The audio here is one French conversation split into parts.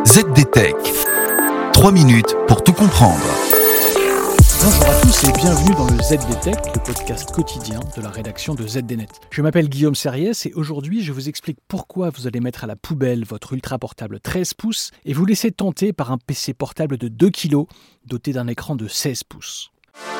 ZDTech. 3 minutes pour tout comprendre. Bonjour à tous et bienvenue dans le ZDTech, le podcast quotidien de la rédaction de ZDNet. Je m'appelle Guillaume Serriès et aujourd'hui je vous explique pourquoi vous allez mettre à la poubelle votre ultra portable 13 pouces et vous laisser tenter par un PC portable de 2 kg doté d'un écran de 16 pouces.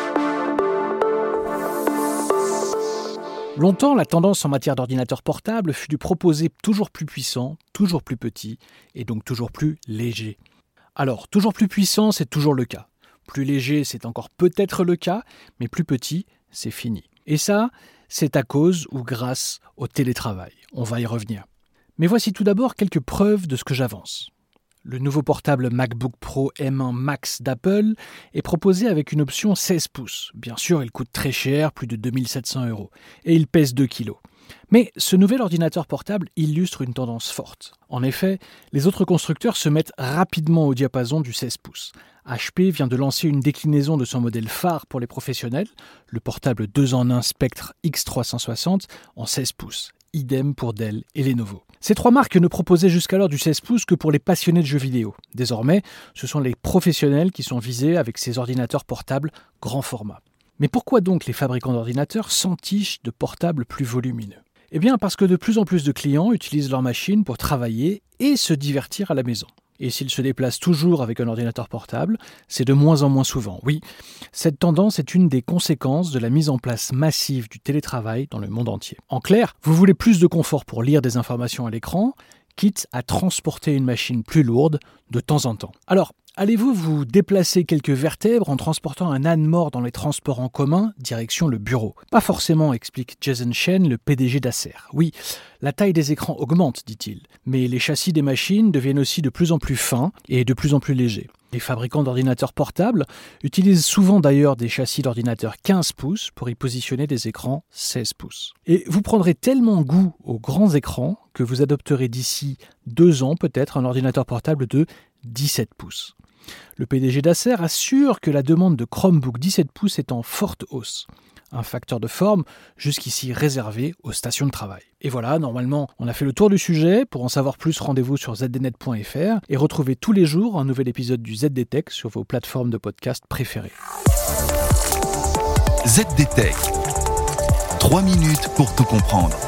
Longtemps, la tendance en matière d'ordinateur portable fut de proposer toujours plus puissant, toujours plus petit et donc toujours plus léger. Alors, toujours plus puissant, c'est toujours le cas. Plus léger, c'est encore peut-être le cas, mais plus petit, c'est fini. Et ça, c'est à cause ou grâce au télétravail. On va y revenir. Mais voici tout d'abord quelques preuves de ce que j'avance. Le nouveau portable MacBook Pro M1 Max d'Apple est proposé avec une option 16 pouces. Bien sûr, il coûte très cher, plus de 2700 €, et il pèse 2 kg. Mais ce nouvel ordinateur portable illustre une tendance forte. En effet, les autres constructeurs se mettent rapidement au diapason du 16 pouces. HP vient de lancer une déclinaison de son modèle phare pour les professionnels, le portable 2 en 1 Spectre X360 en 16 pouces. Idem pour Dell et Lenovo. Ces trois marques ne proposaient jusqu'alors du 16 pouces que pour les passionnés de jeux vidéo. Désormais, ce sont les professionnels qui sont visés avec ces ordinateurs portables grand format. Mais pourquoi donc les fabricants d'ordinateurs s'entichent de portables plus volumineux ? Eh bien parce que de plus en plus de clients utilisent leur machine pour travailler et se divertir à la maison. Et s'ils se déplacent toujours avec un ordinateur portable, c'est de moins en moins souvent. Oui, cette tendance est une des conséquences de la mise en place massive du télétravail dans le monde entier. En clair, vous voulez plus de confort pour lire des informations à l'écran, quitte à transporter une machine plus lourde de temps en temps. Alors, allez-vous vous déplacer quelques vertèbres en transportant un âne mort dans les transports en commun, direction le bureau ? Pas forcément, explique Jason Shen, le PDG d'Acer. Oui, la taille des écrans augmente, dit-il, mais les châssis des machines deviennent aussi de plus en plus fins et de plus en plus légers. Les fabricants d'ordinateurs portables utilisent souvent d'ailleurs des châssis d'ordinateurs 15 pouces pour y positionner des écrans 16 pouces. Et vous prendrez tellement goût aux grands écrans que vous adopterez d'ici 2 ans peut-être un ordinateur portable de 17 pouces. Le PDG d'Acer assure que la demande de Chromebook 17 pouces est en forte hausse. Un facteur de forme jusqu'ici réservé aux stations de travail. Et voilà, normalement, on a fait le tour du sujet. Pour en savoir plus, rendez-vous sur zdnet.fr et retrouvez tous les jours un nouvel épisode du ZDTech sur vos plateformes de podcast préférées. ZDTech. 3 minutes pour tout comprendre.